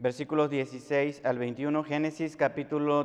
versículos 16 al 21, Génesis capítulo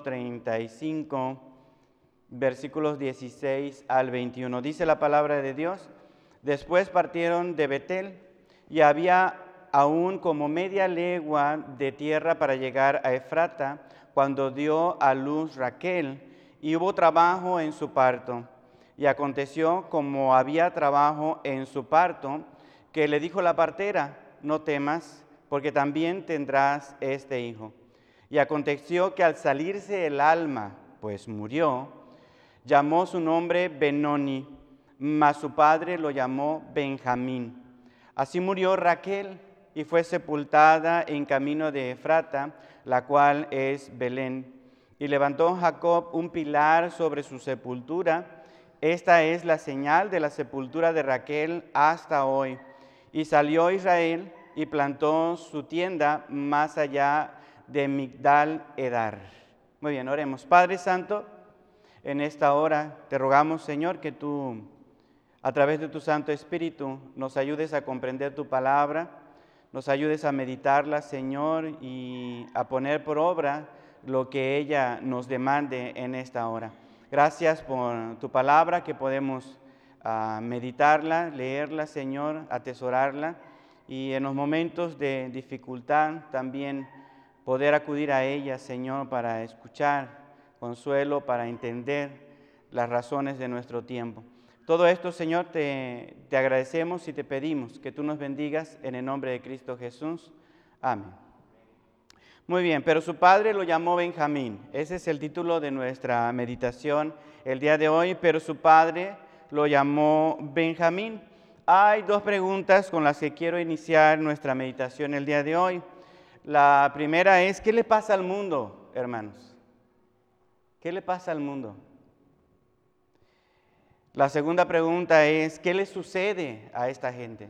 35, versículos 16 al 21. Dice la palabra de Dios: después partieron de Betel, y había aún como media legua de tierra para llegar a Efrata, cuando dio a luz Raquel, y hubo trabajo en su parto. Y aconteció, como había trabajo en su parto, que le dijo la partera: no temas, porque también tendrás este hijo. Y aconteció que al salirse el alma, pues murió, llamó su nombre Benoni, mas su padre lo llamó Benjamín. Así murió Raquel y fue sepultada en camino de Efrata, la cual es Belén. Y levantó Jacob un pilar sobre su sepultura. Esta es la señal de la sepultura de Raquel hasta hoy. Y salió Israel y plantó su tienda más allá de Migdal Edar. Muy bien, oremos. Padre Santo, en esta hora te rogamos, Señor, que tú, a través de tu Santo Espíritu, nos ayudes a comprender tu palabra, nos ayudes a meditarla, Señor, y a poner por obra lo que ella nos demande en esta hora. Gracias por tu palabra, que podemos meditarla, leerla, Señor, atesorarla, y en los momentos de dificultad también poder acudir a ella, Señor, para escuchar consuelo, para entender las razones de nuestro tiempo. Todo esto, Señor, te agradecemos y te pedimos que tú nos bendigas en el nombre de Cristo Jesús. Amén. Muy bien, pero su padre lo llamó Benjamín. Ese es el título de nuestra meditación el día de hoy, pero su padre lo llamó Benjamín. Hay dos preguntas con las que quiero iniciar nuestra meditación el día de hoy. La primera es: ¿qué le pasa al mundo, hermanos? ¿Qué le pasa al mundo? La segunda pregunta es: ¿qué le sucede a esta gente?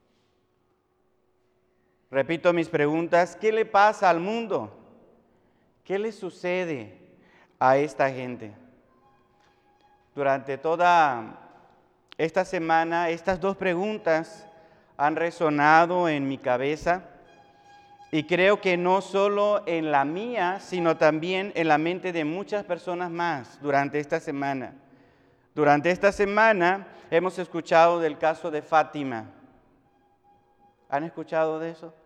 Repito mis preguntas: ¿qué le pasa al mundo? ¿Qué le sucede a esta gente? Durante toda esta semana, estas dos preguntas han resonado en mi cabeza, y creo que no solo en la mía, sino también en la mente de muchas personas más durante esta semana. Durante esta semana hemos escuchado del caso de Fátima. ¿Han escuchado de eso?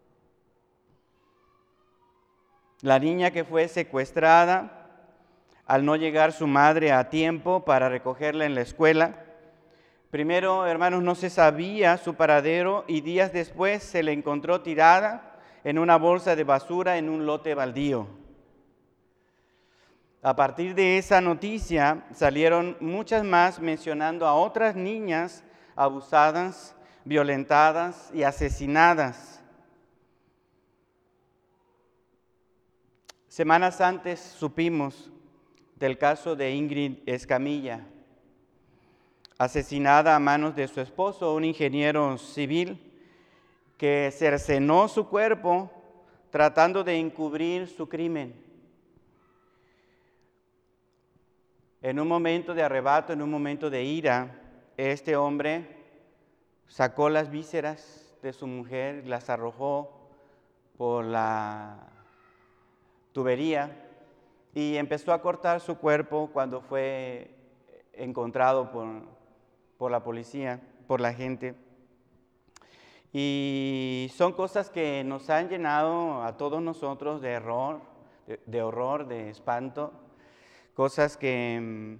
La niña que fue secuestrada al no llegar su madre a tiempo para recogerla en la escuela. Primero, hermanos, no se sabía su paradero, y días después se le encontró tirada en una bolsa de basura en un lote baldío. A partir de esa noticia salieron muchas más mencionando a otras niñas abusadas, violentadas y asesinadas. Semanas antes supimos del caso de Ingrid Escamilla, asesinada a manos de su esposo, un ingeniero civil, que cercenó su cuerpo tratando de encubrir su crimen. En un momento de arrebato, en un momento de ira, este hombre sacó las vísceras de su mujer, las arrojó por la tubería y empezó a cortar su cuerpo cuando fue encontrado por la policía, por la gente. Y son cosas que nos han llenado a todos nosotros de horror, de espanto, cosas que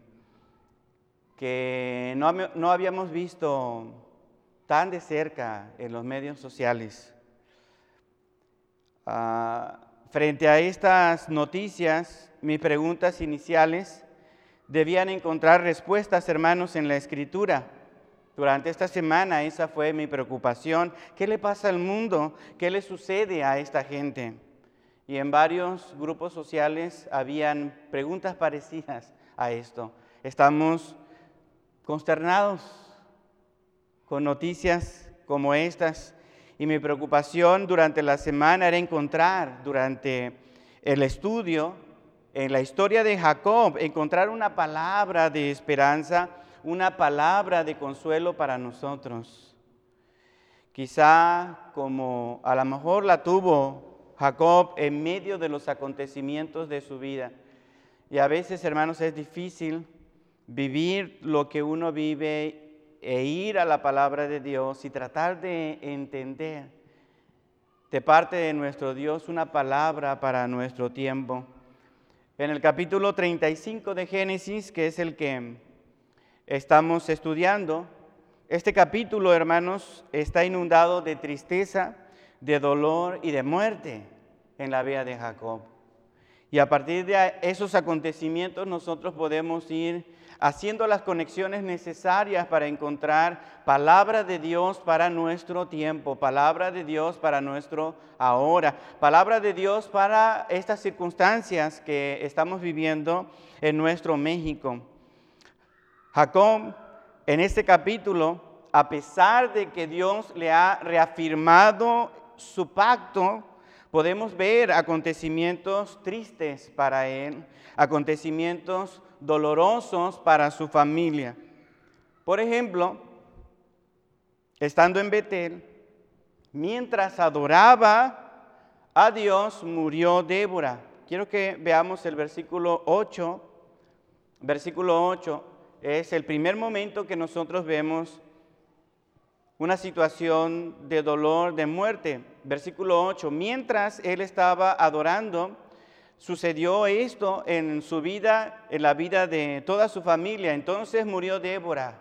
no habíamos visto tan de cerca en los medios sociales. Frente a estas noticias, mis preguntas iniciales debían encontrar respuestas, hermanos, en la Escritura. Durante esta semana esa fue mi preocupación. ¿Qué le pasa al mundo? ¿Qué le sucede a esta gente? Y en varios grupos sociales habían preguntas parecidas a esto. Estamos consternados con noticias como estas. Y mi preocupación durante la semana era encontrar, durante el estudio, en la historia de Jacob, encontrar una palabra de esperanza, una palabra de consuelo para nosotros. Quizá como a lo mejor la tuvo Jacob en medio de los acontecimientos de su vida. Y a veces, hermanos, es difícil vivir lo que uno vive e ir a la palabra de Dios y tratar de entender de parte de nuestro Dios una palabra para nuestro tiempo. En el capítulo 35 de Génesis, que es el que estamos estudiando, este capítulo, hermanos, está inundado de tristeza, de dolor y de muerte en la vida de Jacob. Y a partir de esos acontecimientos nosotros podemos ir haciendo las conexiones necesarias para encontrar palabra de Dios para nuestro tiempo, palabra de Dios para nuestro ahora, palabra de Dios para estas circunstancias que estamos viviendo en nuestro México. Jacob, en este capítulo, a pesar de que Dios le ha reafirmado su pacto, podemos ver acontecimientos tristes para él, acontecimientos dolorosos para su familia. Por ejemplo, estando en Betel, mientras adoraba a Dios, murió Débora. Quiero que veamos el versículo 8. Versículo 8 es el primer momento que nosotros vemos una situación de dolor, de muerte. Versículo 8, mientras él estaba adorando, sucedió esto en su vida, en la vida de toda su familia. Entonces murió Débora,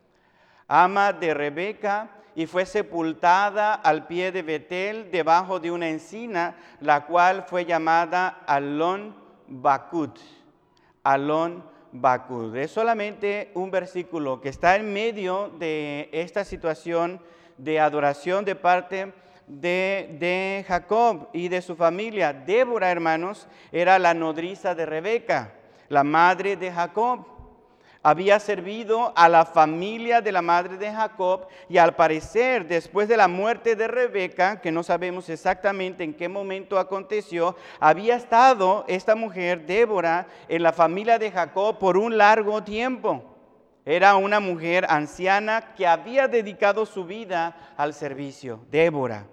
ama de Rebeca, y fue sepultada al pie de Betel, debajo de una encina, la cual fue llamada Alon Bakut. Alon Bakut. Es solamente un versículo que está en medio de esta situación de adoración de parte de Jacob y de su familia. Débora, hermanos, era la nodriza de Rebeca, la madre de Jacob. Había servido a la familia de la madre de Jacob y al parecer, después de la muerte de Rebeca, que no sabemos exactamente en qué momento aconteció, había estado esta mujer, Débora, en la familia de Jacob por un largo tiempo. Era una mujer anciana que había dedicado su vida al servicio. Débora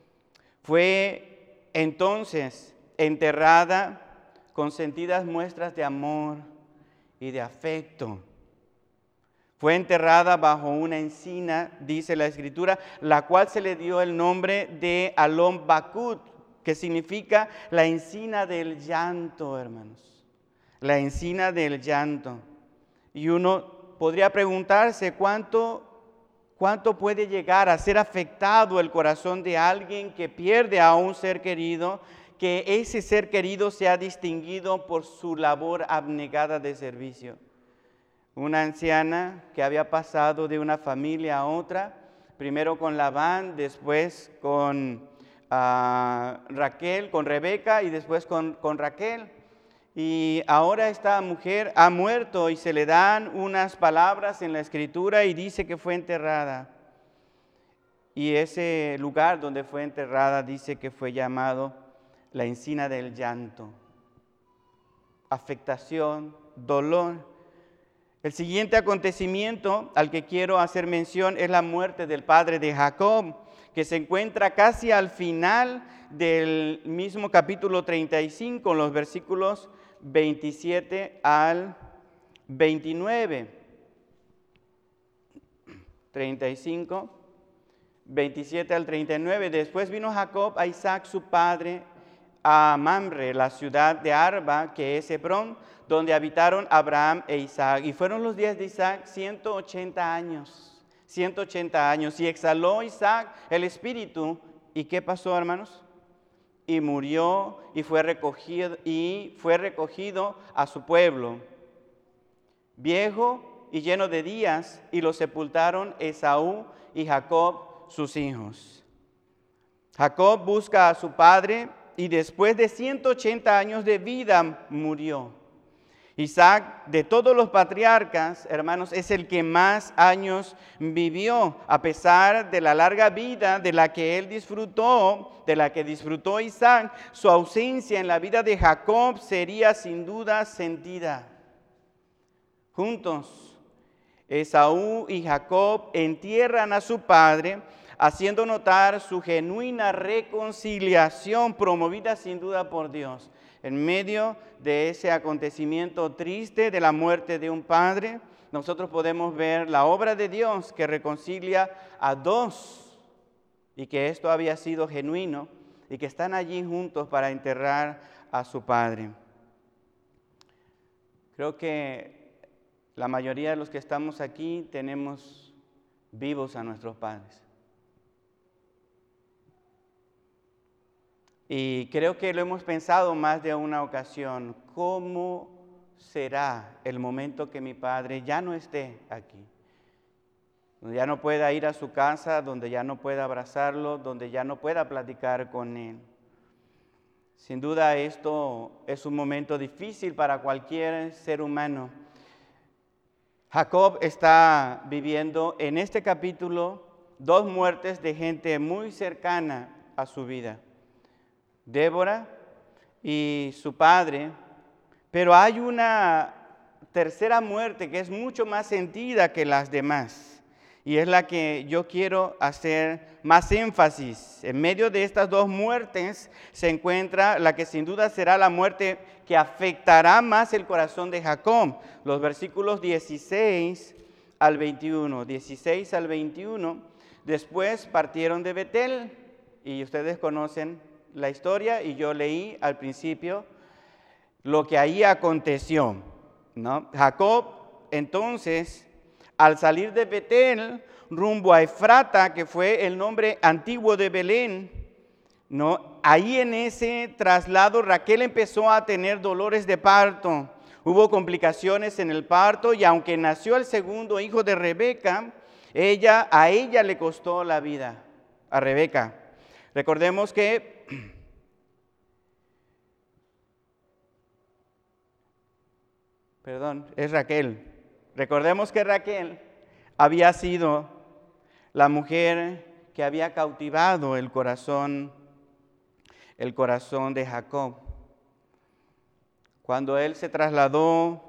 fue entonces enterrada con sentidas muestras de amor y de afecto. Fue enterrada bajo una encina, dice la Escritura, la cual se le dio el nombre de Alon Bakut, que significa la encina del llanto, hermanos. La encina del llanto. Y uno podría preguntarse cuánto puede llegar a ser afectado el corazón de alguien que pierde a un ser querido, que ese ser querido se ha distinguido por su labor abnegada de servicio. Una anciana que había pasado de una familia a otra, primero con Labán, después con Raquel, con Rebeca y después con Raquel. Y ahora esta mujer ha muerto y se le dan unas palabras en la Escritura y dice que fue enterrada. Y ese lugar donde fue enterrada dice que fue llamado la encina del llanto. Afectación, dolor. El siguiente acontecimiento al que quiero hacer mención es la muerte del padre de Jacob, que se encuentra casi al final del mismo capítulo 35, los versículos 27 al 29. 35, 27 al 39. Después vino Jacob a Isaac su padre, a Mamre, la ciudad de Arba, que es Hebrón, donde habitaron Abraham e Isaac. Y fueron los días de Isaac 180 años. 180 años. Y exhaló Isaac el espíritu. ¿Y qué pasó, hermanos? Y murió y fue recogido a su pueblo, viejo y lleno de días, y lo sepultaron Esaú y Jacob, sus hijos. Jacob busca a su padre y después de 180 años de vida murió. Isaac, de todos los patriarcas, hermanos, es el que más años vivió, a pesar de la larga vida de la que él disfrutó, de la que disfrutó Isaac. Su ausencia en la vida de Jacob sería sin duda sentida. Juntos, Esaú y Jacob entierran a su padre, haciendo notar su genuina reconciliación promovida sin duda por Dios. En medio de ese acontecimiento triste de la muerte de un padre, nosotros podemos ver la obra de Dios que reconcilia a dos y que esto había sido genuino y que están allí juntos para enterrar a su padre. Creo que la mayoría de los que estamos aquí tenemos vivos a nuestros padres. Y creo que lo hemos pensado más de una ocasión. ¿Cómo será el momento que mi padre ya no esté aquí? Donde ya no pueda ir a su casa, donde ya no pueda abrazarlo, donde ya no pueda platicar con él. Sin duda esto es un momento difícil para cualquier ser humano. Jacob está viviendo en este capítulo 2 muertes de gente muy cercana a su vida. Débora y su padre, pero hay una tercera muerte que es mucho más sentida que las demás y es la que yo quiero hacer más énfasis. En medio de estas 2 muertes se encuentra la que sin duda será la muerte que afectará más el corazón de Jacob. Los versículos 16 al 21. 16 al 21. Después partieron de Betel y ustedes conocen la historia y yo leí al principio lo que ahí aconteció, ¿no? Jacob entonces, al salir de Betel rumbo a Efrata, que fue el nombre antiguo de Belén, ¿no? Ahí en ese traslado Raquel empezó a tener dolores de parto. Hubo complicaciones en el parto y aunque nació el segundo hijo de Rebeca, a ella le costó la vida, a Rebeca. Recordemos que es Raquel. Recordemos que Raquel había sido la mujer que había cautivado el corazón de Jacob. Cuando él se trasladó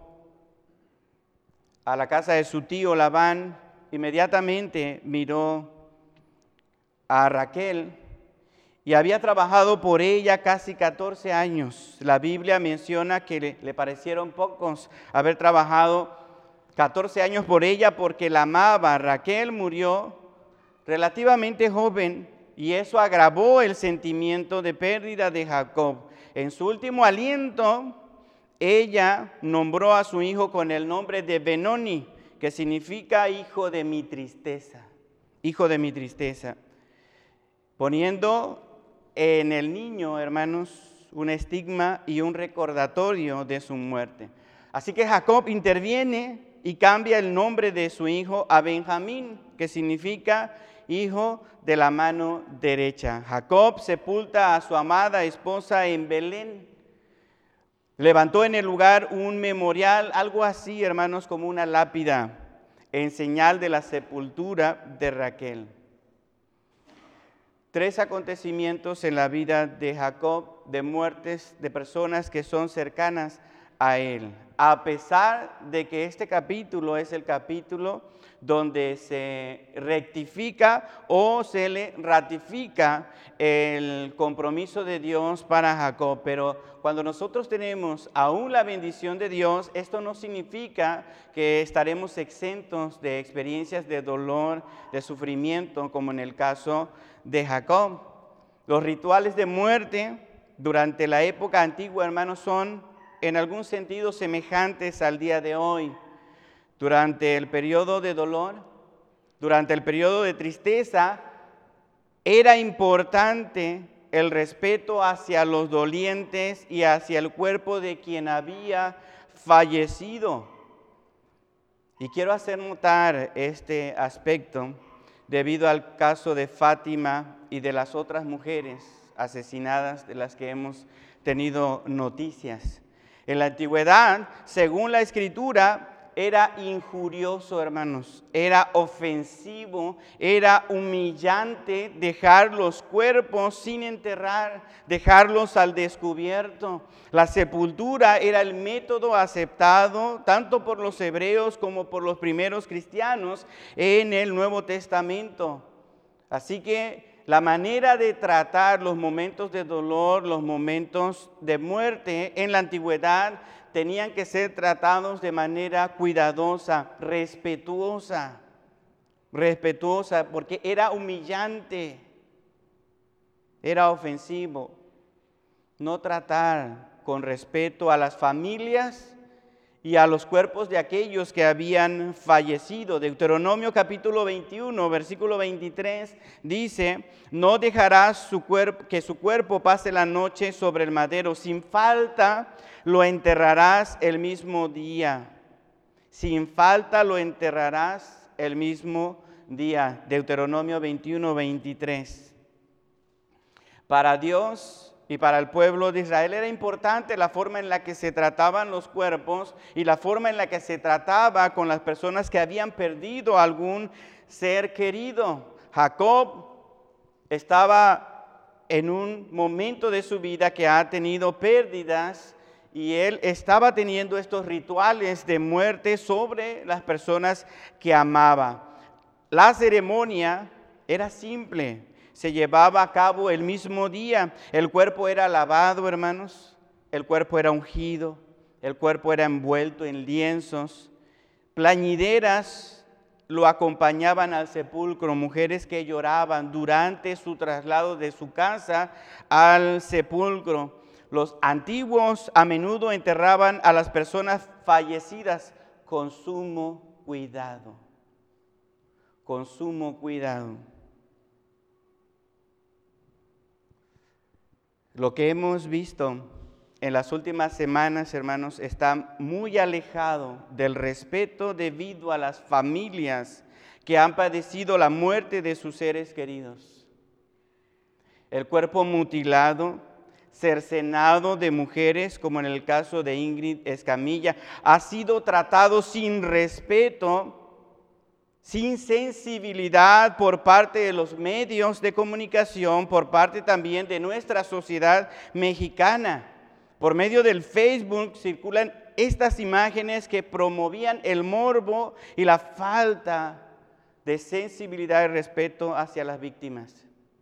a la casa de su tío Labán, inmediatamente miró a Raquel y había trabajado por ella casi 14 años. La Biblia menciona que le parecieron pocos haber trabajado 14 años por ella porque la amaba. Raquel murió relativamente joven y eso agravó el sentimiento de pérdida de Jacob. En su último aliento, ella nombró a su hijo con el nombre de Benoni, que significa hijo de mi tristeza, hijo de mi tristeza, poniendo en el niño, hermanos, un estigma y un recordatorio de su muerte. Así que Jacob interviene y cambia el nombre de su hijo a Benjamín, que significa hijo de la mano derecha. Jacob sepulta a su amada esposa en Belén. Levantó en el lugar un memorial, algo así, hermanos, como una lápida, en señal de la sepultura de Raquel. 3 acontecimientos en la vida de Jacob, de muertes de personas que son cercanas a él. A pesar de que este capítulo es el capítulo donde se rectifica o se le ratifica el compromiso de Dios para Jacob. Pero cuando nosotros tenemos aún la bendición de Dios, esto no significa que estaremos exentos de experiencias de dolor, de sufrimiento, como en el caso de Jacob. Los rituales de muerte durante la época antigua, hermanos, son en algún sentido semejantes al día de hoy. Durante el periodo de dolor, durante el periodo de tristeza, era importante el respeto hacia los dolientes y hacia el cuerpo de quien había fallecido. Y quiero hacer notar este aspecto debido al caso de Fátima y de las otras mujeres asesinadas de las que hemos tenido noticias. En la antigüedad, según la Escritura, era injurioso, hermanos, era ofensivo, era humillante dejar los cuerpos sin enterrar, dejarlos al descubierto. La sepultura era el método aceptado tanto por los hebreos como por los primeros cristianos en el Nuevo Testamento. Así que la manera de tratar los momentos de dolor, los momentos de muerte en la antigüedad, tenían que ser tratados de manera cuidadosa, respetuosa, porque era humillante, era ofensivo. No tratar con respeto a las familias y a los cuerpos de aquellos que habían fallecido. Deuteronomio capítulo 21, versículo 23 dice: no dejarás que su cuerpo pase la noche sobre el madero, sin falta lo enterrarás el mismo día. Sin falta lo enterrarás el mismo día. Deuteronomio 21, 23. Para Dios y para el pueblo de Israel era importante la forma en la que se trataban los cuerpos y la forma en la que se trataba con las personas que habían perdido algún ser querido. Jacob estaba en un momento de su vida que ha tenido pérdidas y él estaba teniendo estos rituales de muerte sobre las personas que amaba. La ceremonia era simple. Se llevaba a cabo el mismo día. El cuerpo era lavado, hermanos. El cuerpo era ungido. El cuerpo era envuelto en lienzos. Plañideras lo acompañaban al sepulcro. Mujeres que lloraban durante su traslado de su casa al sepulcro. Los antiguos a menudo enterraban a las personas fallecidas con sumo cuidado. Con sumo cuidado. Lo que hemos visto en las últimas semanas, hermanos, está muy alejado del respeto debido a las familias que han padecido la muerte de sus seres queridos. El cuerpo mutilado, cercenado de mujeres, como en el caso de Ingrid Escamilla, ha sido tratado sin respeto, sin sensibilidad por parte de los medios de comunicación, por parte también de nuestra sociedad mexicana. Por medio del Facebook circulan estas imágenes que promovían el morbo y la falta de sensibilidad y respeto hacia las víctimas.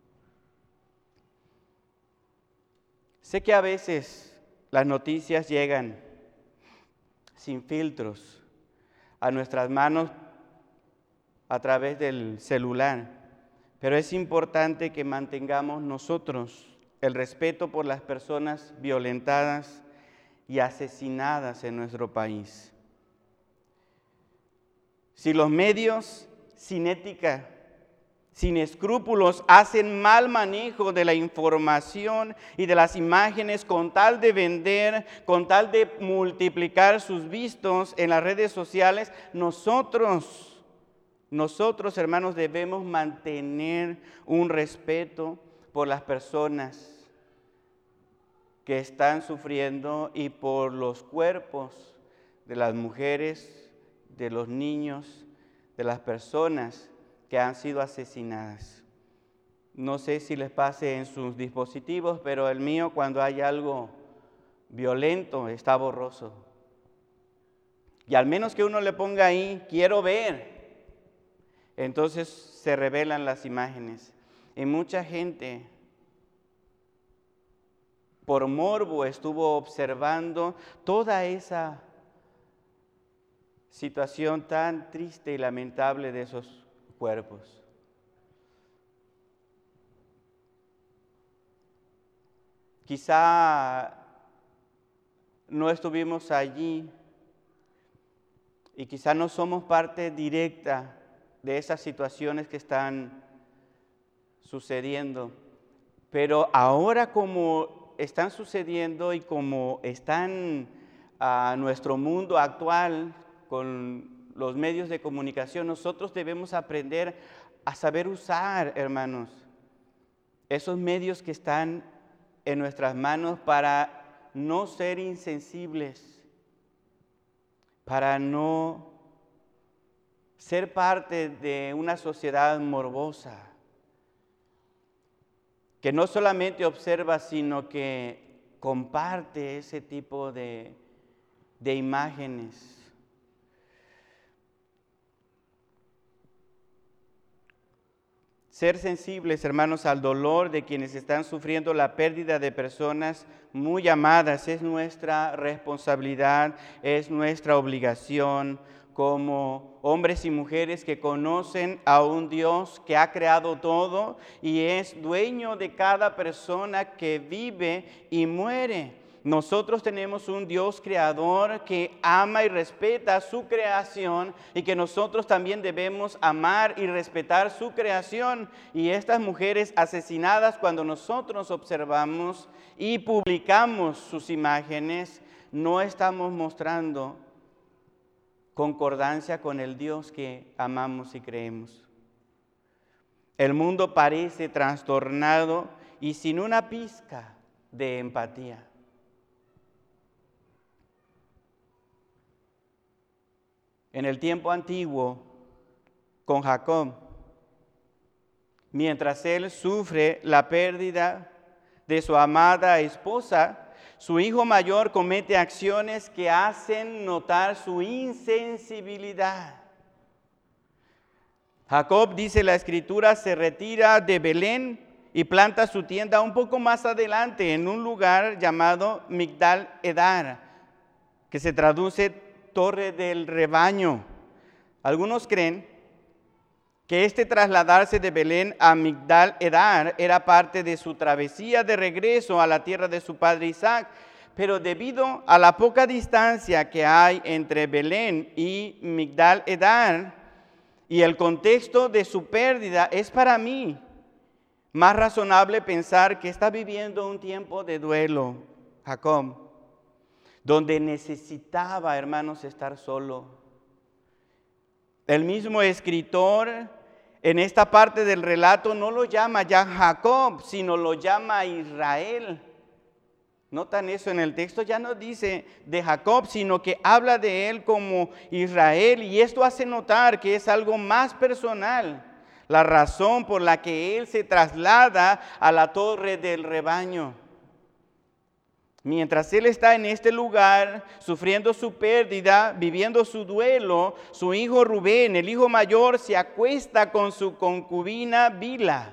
Sé que a veces las noticias llegan sin filtros a nuestras manos a través del celular, pero es importante que mantengamos nosotros el respeto por las personas violentadas y asesinadas en nuestro país. Si los medios sin ética, sin escrúpulos, hacen mal manejo de la información y de las imágenes con tal de vender, con tal de multiplicar sus vistos en las redes sociales, nosotros, hermanos, debemos mantener un respeto por las personas que están sufriendo y por los cuerpos de las mujeres, de los niños, de las personas que han sido asesinadas. No sé si les pase en sus dispositivos, pero el mío, cuando hay algo violento, está borroso. Y al menos que uno le ponga ahí, quiero ver, entonces se revelan las imágenes. Y mucha gente, por morbo, estuvo observando toda esa situación tan triste y lamentable de esos cuerpos. Quizá no estuvimos allí y quizá no somos parte directa de esas situaciones que están sucediendo, pero ahora como están sucediendo y como están a nuestro mundo actual con los medios de comunicación, nosotros debemos aprender a saber usar, hermanos, esos medios que están en nuestras manos para no ser insensibles, para no ser parte de una sociedad morbosa, que no solamente observa, sino que comparte ese tipo de imágenes. Ser sensibles, hermanos, al dolor de quienes están sufriendo la pérdida de personas muy amadas es nuestra responsabilidad, es nuestra obligación como hombres y mujeres que conocen a un Dios que ha creado todo y es dueño de cada persona que vive y muere. Nosotros tenemos un Dios creador que ama y respeta su creación y que nosotros también debemos amar y respetar su creación. Y estas mujeres asesinadas, cuando nosotros observamos y publicamos sus imágenes, no estamos mostrando concordancia con el Dios que amamos y creemos. El mundo parece trastornado y sin una pizca de empatía. En el tiempo antiguo, con Jacob, mientras él sufre la pérdida de su amada esposa, su hijo mayor comete acciones que hacen notar su insensibilidad. Jacob, dice la Escritura, se retira de Belén y planta su tienda un poco más adelante en un lugar llamado Migdal Edar, que se traduce Torre del Rebaño. Algunos creen que este trasladarse de Belén a Migdal Edar era parte de su travesía de regreso a la tierra de su padre Isaac, pero debido a la poca distancia que hay entre Belén y Migdal Edar y el contexto de su pérdida, es para mí más razonable pensar que está viviendo un tiempo de duelo, Jacob, donde necesitaba, hermanos, estar solo. El mismo escritor en esta parte del relato no lo llama ya Jacob, sino lo llama Israel. Notan eso en el texto, ya no dice de Jacob, sino que habla de él como Israel, y esto hace notar que es algo más personal, la razón por la que él se traslada a la Torre del Rebaño. Mientras él está en este lugar, sufriendo su pérdida, viviendo su duelo, su hijo Rubén, el hijo mayor, se acuesta con su concubina Bila.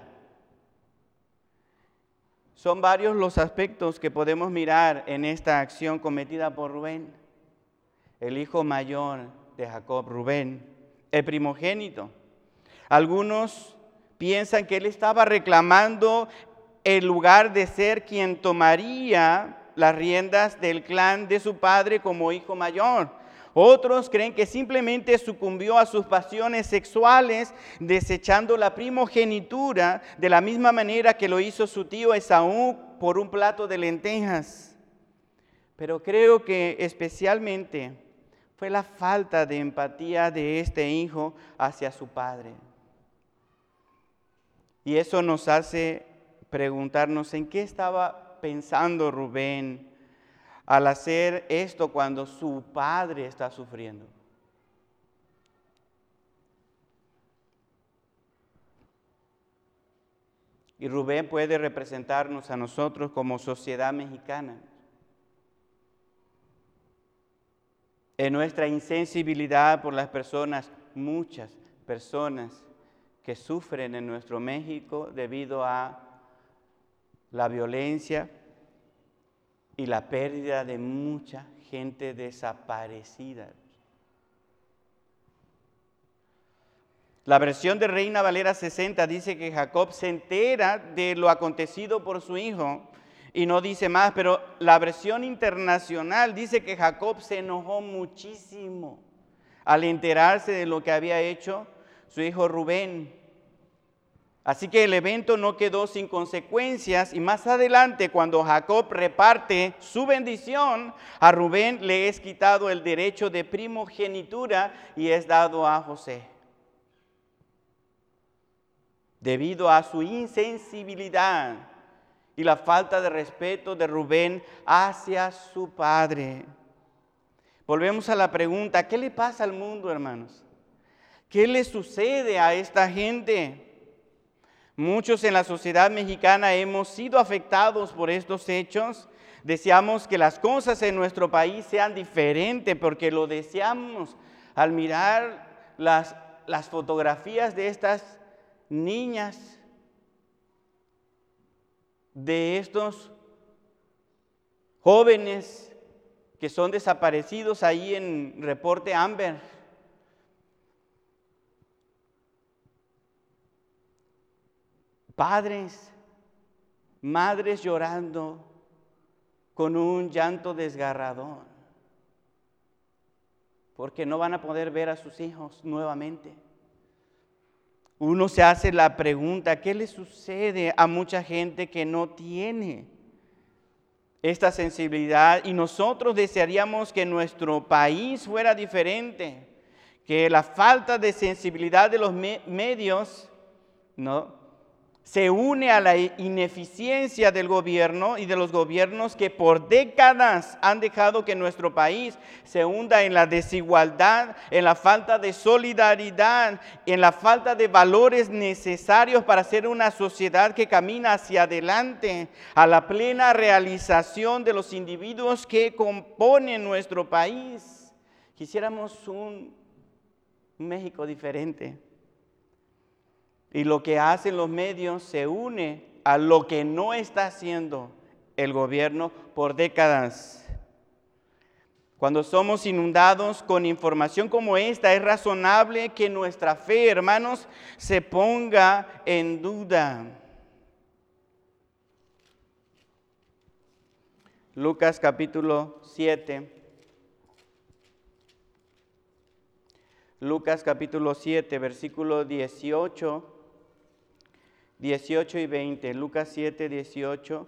Son varios los aspectos que podemos mirar en esta acción cometida por Rubén, el hijo mayor de Jacob, Rubén, el primogénito. Algunos piensan que él estaba reclamando el lugar de ser quien tomaría las riendas del clan de su padre como hijo mayor. Otros creen que simplemente sucumbió a sus pasiones sexuales, desechando la primogenitura de la misma manera que lo hizo su tío Esaú por un plato de lentejas. Pero creo que especialmente fue la falta de empatía de este hijo hacia su padre. Y eso nos hace preguntarnos en qué estaba pensando Rubén al hacer esto cuando su padre está sufriendo. Y Rubén puede representarnos a nosotros como sociedad mexicana en nuestra insensibilidad por las personas, muchas personas que sufren en nuestro México debido a la violencia y la pérdida de mucha gente desaparecida. La versión de Reina Valera 60 dice que Jacob se entera de lo acontecido por su hijo y no dice más, pero la versión internacional dice que Jacob se enojó muchísimo al enterarse de lo que había hecho su hijo Rubén. Así que el evento no quedó sin consecuencias y más adelante cuando Jacob reparte su bendición, a Rubén le es quitado el derecho de primogenitura y es dado a José. Debido a su insensibilidad y la falta de respeto de Rubén hacia su padre. Volvemos a la pregunta, ¿qué le pasa al mundo, hermanos? ¿Qué le sucede a esta gente? Muchos en la sociedad mexicana hemos sido afectados por estos hechos. Deseamos que las cosas en nuestro país sean diferentes porque lo deseamos al mirar las fotografías de estas niñas de estos jóvenes que son desaparecidos ahí en reporte Amber. Padres, madres llorando con un llanto desgarrador, porque no van a poder ver a sus hijos nuevamente. Uno se hace la pregunta, ¿qué le sucede a mucha gente que no tiene esta sensibilidad? Y nosotros desearíamos que nuestro país fuera diferente, que la falta de sensibilidad de los medios, ¿no?, se une a la ineficiencia del gobierno y de los gobiernos que por décadas han dejado que nuestro país se hunda en la desigualdad, en la falta de solidaridad, en la falta de valores necesarios para ser una sociedad que camina hacia adelante, a la plena realización de los individuos que componen nuestro país. Quisiéramos un México diferente. Y lo que hacen los medios se une a lo que no está haciendo el gobierno por décadas. Cuando somos inundados con información como esta, es razonable que nuestra fe, hermanos, se ponga en duda. Lucas capítulo 7. Lucas capítulo 7, versículo 18 y 20, Lucas 7, 18.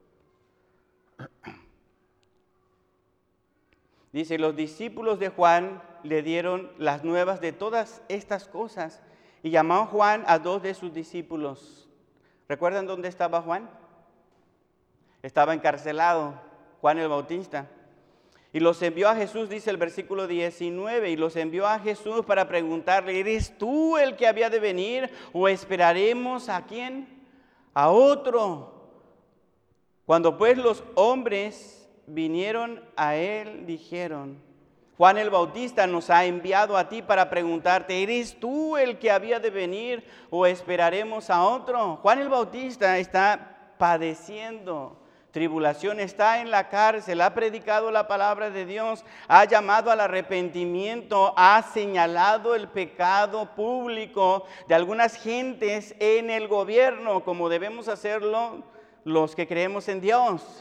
Dice, los discípulos de Juan le dieron las nuevas de todas estas cosas y llamó Juan a 2 de sus discípulos. ¿Recuerdan dónde estaba Juan? Estaba encarcelado, Juan el Bautista. Y los envió a Jesús, dice el versículo 19, y los envió a Jesús para preguntarle, ¿eres tú el que había de venir o esperaremos a quién? A otro. Cuando pues los hombres vinieron a él, dijeron, Juan el Bautista nos ha enviado a ti para preguntarte, ¿eres tú el que había de venir o esperaremos a otro? Juan el Bautista está padeciendo tribulación, está en la cárcel, ha predicado la palabra de Dios, ha llamado al arrepentimiento, ha señalado el pecado público de algunas gentes en el gobierno, como debemos hacerlo los que creemos en Dios.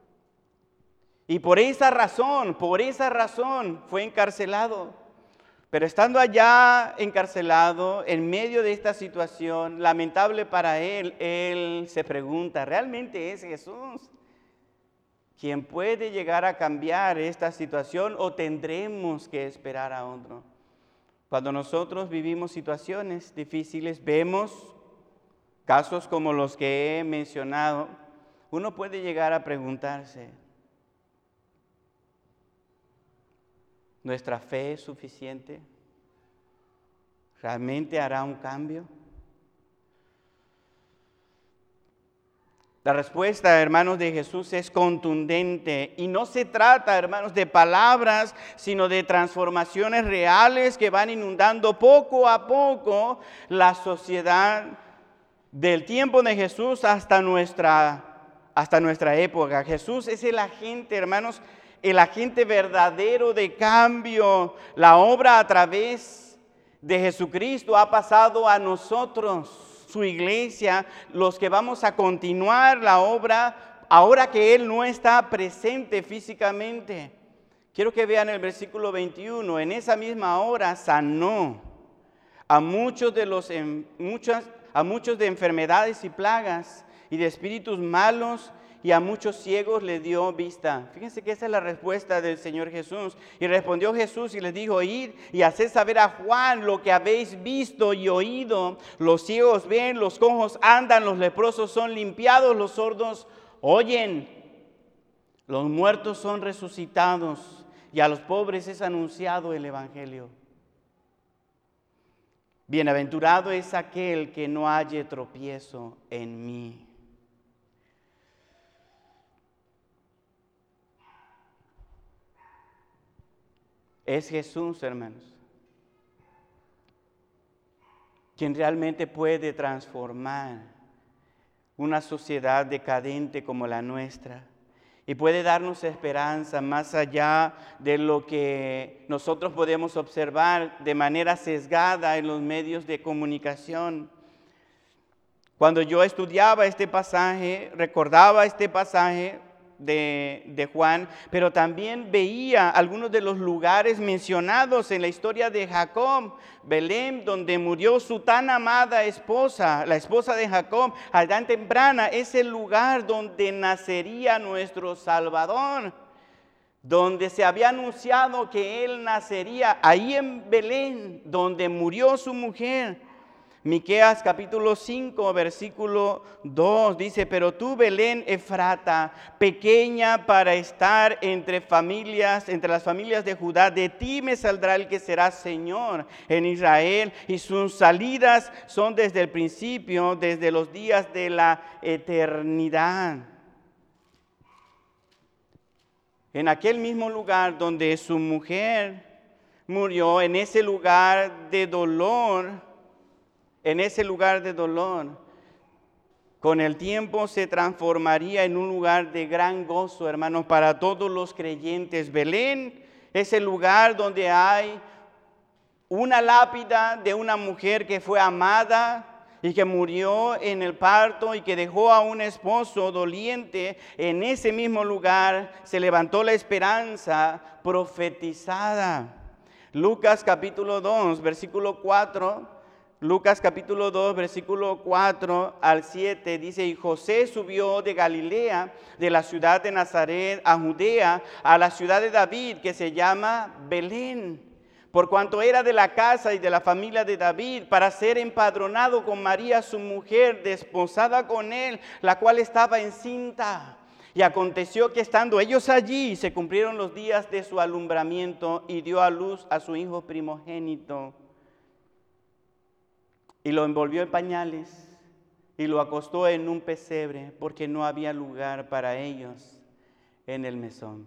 Y por esa razón fue encarcelado. Pero estando allá encarcelado, en medio de esta situación lamentable para él se pregunta, ¿realmente es Jesús quien puede llegar a cambiar esta situación o tendremos que esperar a otro? Cuando nosotros vivimos situaciones difíciles, vemos casos como los que he mencionado, uno puede llegar a preguntarse, ¿nuestra fe es suficiente? ¿Realmente hará un cambio? La respuesta, hermanos, de Jesús es contundente y no se trata, hermanos, de palabras, sino de transformaciones reales que van inundando poco a poco la sociedad del tiempo de Jesús hasta nuestra época. Jesús es el agente, hermanos, el agente verdadero de cambio. La obra a través de Jesucristo ha pasado a nosotros, su iglesia, los que vamos a continuar la obra, ahora que Él no está presente físicamente. Quiero que vean el versículo 21, en esa misma hora sanó a muchos de enfermedades y plagas y de espíritus malos, y a muchos ciegos le dio vista. Fíjense que esa es la respuesta del Señor Jesús. Y respondió Jesús y les dijo, id y haced saber a Juan lo que habéis visto y oído. Los ciegos ven, los cojos andan, los leprosos son limpiados, los sordos oyen, los muertos son resucitados y a los pobres es anunciado el evangelio. Bienaventurado es aquel que no halle tropiezo en mí. Es Jesús, hermanos. quien realmente puede transformar una sociedad decadente como la nuestra y puede darnos esperanza más allá de lo que nosotros podemos observar de manera sesgada en los medios de comunicación. Cuando yo estudiaba este pasaje, recordaba este pasaje de Juan, pero también veía algunos de los lugares mencionados en la historia de Jacob. Belén, donde murió su tan amada esposa, la esposa de Jacob, a edad temprana, es el lugar donde nacería nuestro Salvador, donde se había anunciado que Él nacería, ahí en Belén, donde murió su mujer. Miqueas capítulo 5, versículo 2 dice: pero tú, Belén Efrata, pequeña para estar entre las familias de Judá, de ti me saldrá el que será Señor en Israel, y sus salidas son desde el principio, desde los días de la eternidad. En aquel mismo lugar donde su mujer murió, en ese lugar de dolor, con el tiempo se transformaría en un lugar de gran gozo, hermanos, para todos los creyentes. Belén es el lugar donde hay una lápida de una mujer que fue amada y que murió en el parto y que dejó a un esposo doliente. En ese mismo lugar se levantó la esperanza profetizada. Lucas capítulo 2, versículo 4. Lucas capítulo 2, versículo 4 al 7 dice: y José subió de Galilea, de la ciudad de Nazaret a Judea, a la ciudad de David, que se llama Belén, por cuanto era de la casa y de la familia de David, para ser empadronado con María su mujer, desposada con él, la cual estaba encinta. Y aconteció que estando ellos allí, se cumplieron los días de su alumbramiento, y dio a luz a su hijo primogénito. Y lo envolvió en pañales y lo acostó en un pesebre, porque no había lugar para ellos en el mesón.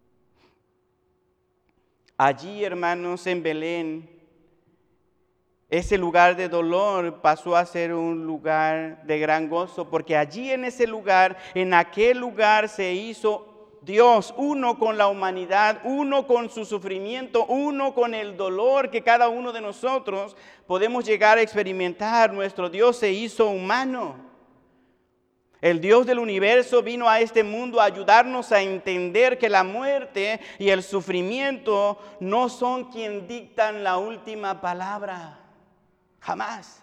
Allí, hermanos, en Belén, ese lugar de dolor pasó a ser un lugar de gran gozo, porque allí en ese lugar, en aquel lugar se hizo Dios uno con la humanidad, uno con su sufrimiento, uno con el dolor que cada uno de nosotros podemos llegar a experimentar. Nuestro Dios se hizo humano. El Dios del universo vino a este mundo a ayudarnos a entender que la muerte y el sufrimiento no son quien dictan la última palabra. Jamás.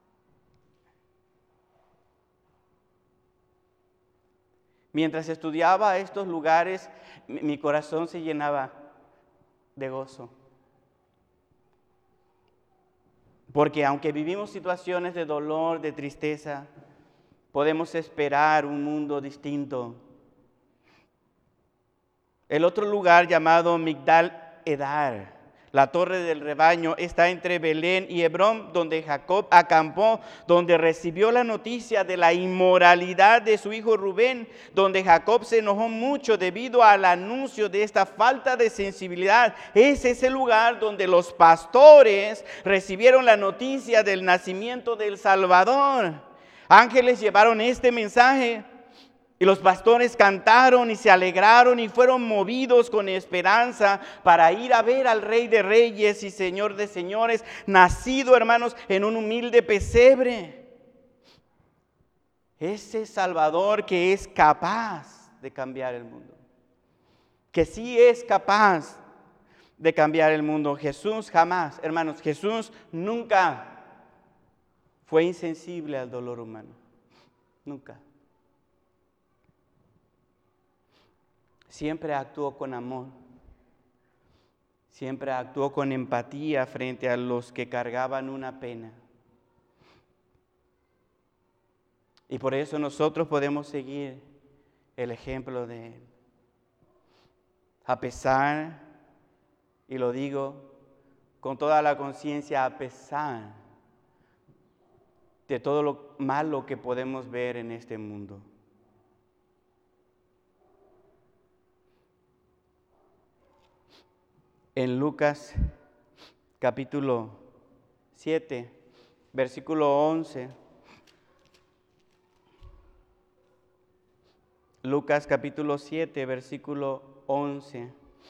Mientras estudiaba estos lugares, mi corazón se llenaba de gozo. Porque aunque vivimos situaciones de dolor, de tristeza, podemos esperar un mundo distinto. El otro lugar llamado Migdal Edar, la torre del rebaño, está entre Belén y Hebrón, donde Jacob acampó, donde recibió la noticia de la inmoralidad de su hijo Rubén, donde Jacob se enojó mucho debido al anuncio de esta falta de sensibilidad. Es ese lugar donde los pastores recibieron la noticia del nacimiento del Salvador. Ángeles llevaron este mensaje. Y los pastores cantaron y se alegraron y fueron movidos con esperanza para ir a ver al Rey de Reyes y Señor de Señores, nacido, hermanos, en un humilde pesebre. Ese Salvador que es capaz de cambiar el mundo, que sí es capaz de cambiar el mundo. Jesús jamás, hermanos, Jesús nunca fue insensible al dolor humano, nunca. Siempre actuó con amor, siempre actuó con empatía frente a los que cargaban una pena. Y por eso nosotros podemos seguir el ejemplo de Él. A pesar, y lo digo con toda la conciencia, a pesar de todo lo malo que podemos ver en este mundo. En Lucas capítulo 7 versículo 11. Lucas capítulo 7, versículo 11.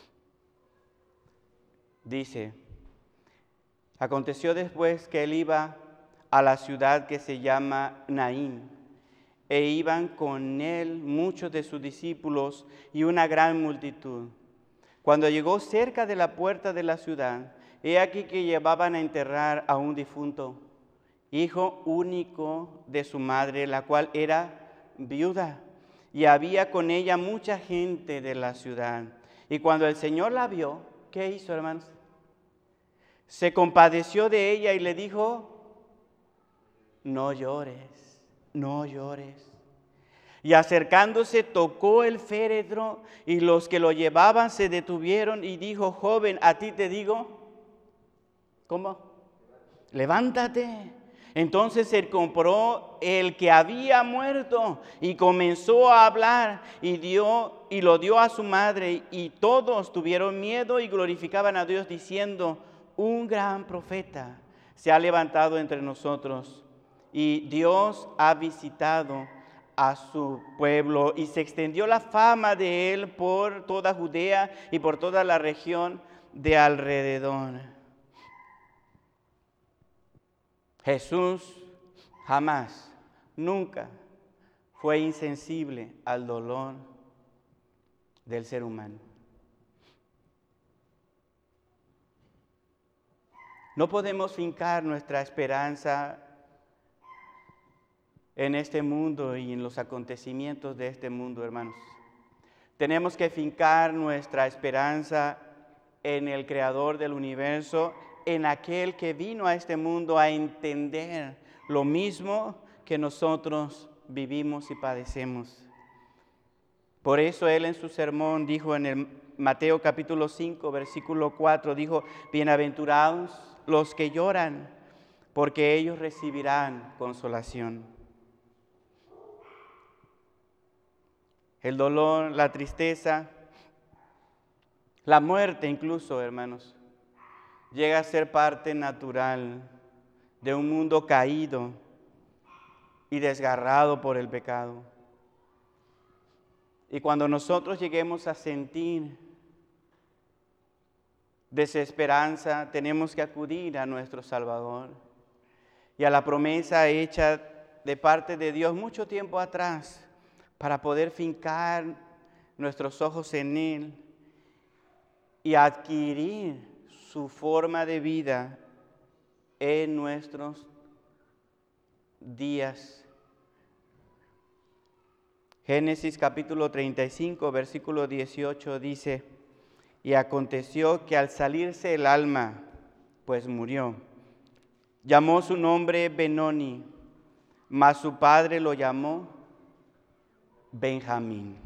Dice: aconteció después que él iba a la ciudad que se llama Naín, e iban con él muchos de sus discípulos y una gran multitud. Cuando llegó cerca de la puerta de la ciudad, he aquí que llevaban a enterrar a un difunto, hijo único de su madre, la cual era viuda, y había con ella mucha gente de la ciudad. Y cuando el Señor la vio, ¿qué hizo, hermanos? Se compadeció de ella y le dijo: no llores, no llores. Y acercándose tocó el féretro, y los que lo llevaban se detuvieron, y dijo: joven, a ti te digo, ¿cómo? Levántate. Entonces se compró el que había muerto y comenzó a hablar y lo dio a su madre, y todos tuvieron miedo y glorificaban a Dios diciendo: un gran profeta se ha levantado entre nosotros y Dios ha visitado a su pueblo. Y se extendió la fama de él por toda Judea y por toda la región de alrededor. Jesús jamás, nunca fue insensible al dolor del ser humano. No podemos fincar nuestra esperanza en este mundo y en los acontecimientos de este mundo, hermanos. Tenemos que fincar nuestra esperanza en el Creador del universo, en aquel que vino a este mundo a entender lo mismo que nosotros vivimos y padecemos. Por eso él en su sermón dijo en el Mateo capítulo 5, versículo 4, dijo: bienaventurados los que lloran, porque ellos recibirán consolación. El dolor, la tristeza, la muerte incluso, hermanos, llega a ser parte natural de un mundo caído y desgarrado por el pecado. Y cuando nosotros lleguemos a sentir desesperanza, tenemos que acudir a nuestro Salvador y a la promesa hecha de parte de Dios mucho tiempo atrás, para poder fincar nuestros ojos en Él y adquirir su forma de vida en nuestros días. Génesis capítulo 35, versículo 18 dice: y aconteció que al salirse el alma, pues murió, llamó su nombre Benoni, mas su padre lo llamó Benjamín.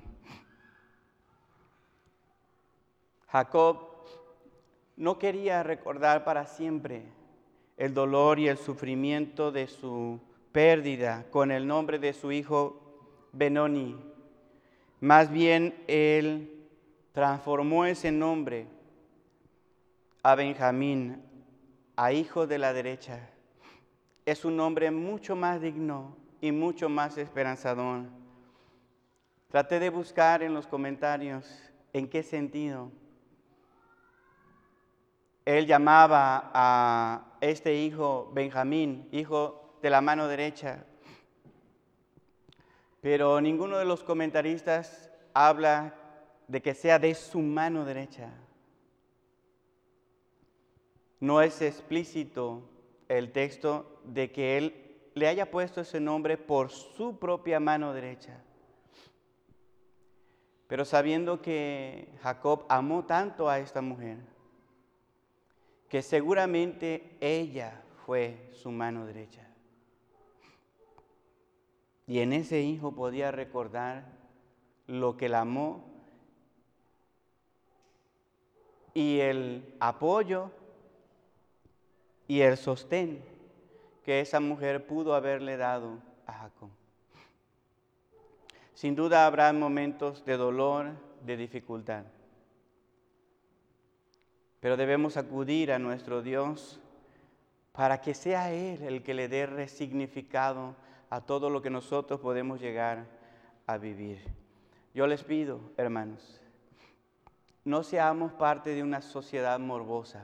Jacob no quería recordar para siempre el dolor y el sufrimiento de su pérdida con el nombre de su hijo Benoni. Más bien él transformó ese nombre a Benjamín, a hijo de la derecha. Es un nombre mucho más digno y mucho más esperanzador. Traté de buscar en los comentarios en qué sentido él llamaba a este hijo Benjamín, hijo de la mano derecha. Pero ninguno de los comentaristas habla de que sea de su mano derecha. No es explícito el texto de que él le haya puesto ese nombre por su propia mano derecha. Pero sabiendo que Jacob amó tanto a esta mujer, que seguramente ella fue su mano derecha. Y en ese hijo podía recordar lo que la amó y el apoyo y el sostén que esa mujer pudo haberle dado a Jacob. Sin duda habrá momentos de dolor, de dificultad, pero debemos acudir a nuestro Dios para que sea Él el que le dé resignificado a todo lo que nosotros podemos llegar a vivir. Yo les pido, hermanos, no seamos parte de una sociedad morbosa.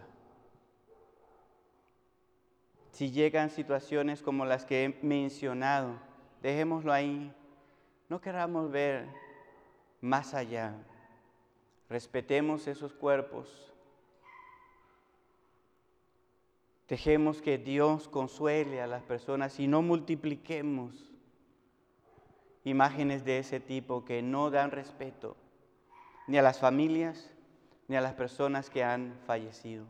Si llegan situaciones como las que he mencionado, dejémoslo ahí. No queramos ver más allá. Respetemos esos cuerpos. Dejemos que Dios consuele a las personas y no multipliquemos imágenes de ese tipo que no dan respeto ni a las familias ni a las personas que han fallecido.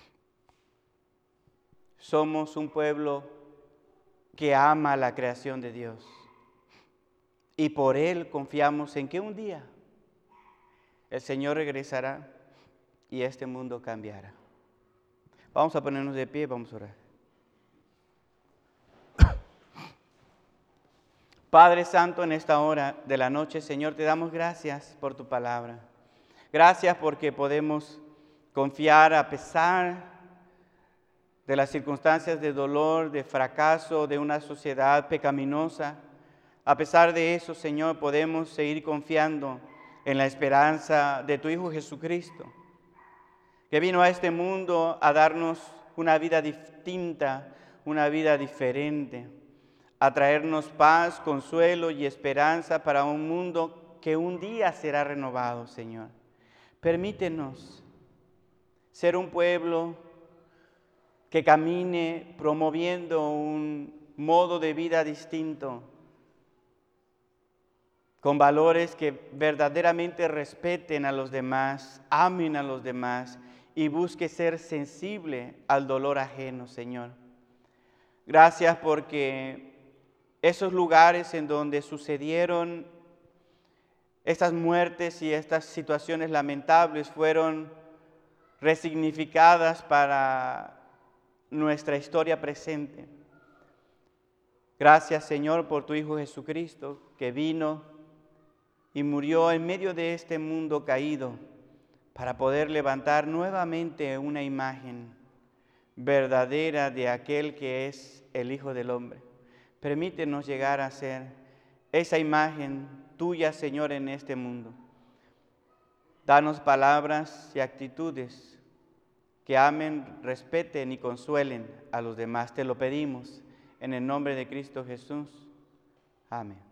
Somos un pueblo que ama la creación de Dios y por Él confiamos en que un día el Señor regresará y este mundo cambiará. Vamos a ponernos de pie, vamos a orar. Padre Santo, en esta hora de la noche, Señor, te damos gracias por tu palabra. Gracias porque podemos confiar a pesar de las circunstancias de dolor, de fracaso, de una sociedad pecaminosa. A pesar de eso, Señor, podemos seguir confiando en la esperanza de tu Hijo Jesucristo, que vino a este mundo a darnos una vida distinta, una vida diferente, a traernos paz, consuelo y esperanza para un mundo que un día será renovado, Señor. Permítenos ser un pueblo que camine promoviendo un modo de vida distinto, con valores que verdaderamente respeten a los demás, amen a los demás y busque ser sensible al dolor ajeno, Señor. Gracias porque esos lugares en donde sucedieron estas muertes y estas situaciones lamentables fueron resignificadas para nuestra historia presente. Gracias, Señor, por tu Hijo Jesucristo, que vino y murió en medio de este mundo caído para poder levantar nuevamente una imagen verdadera de aquel que es el Hijo del Hombre. Permítenos llegar a ser esa imagen tuya, Señor, en este mundo. Danos palabras y actitudes que amen, respeten y consuelen a los demás. Te lo pedimos en el nombre de Cristo Jesús. Amén.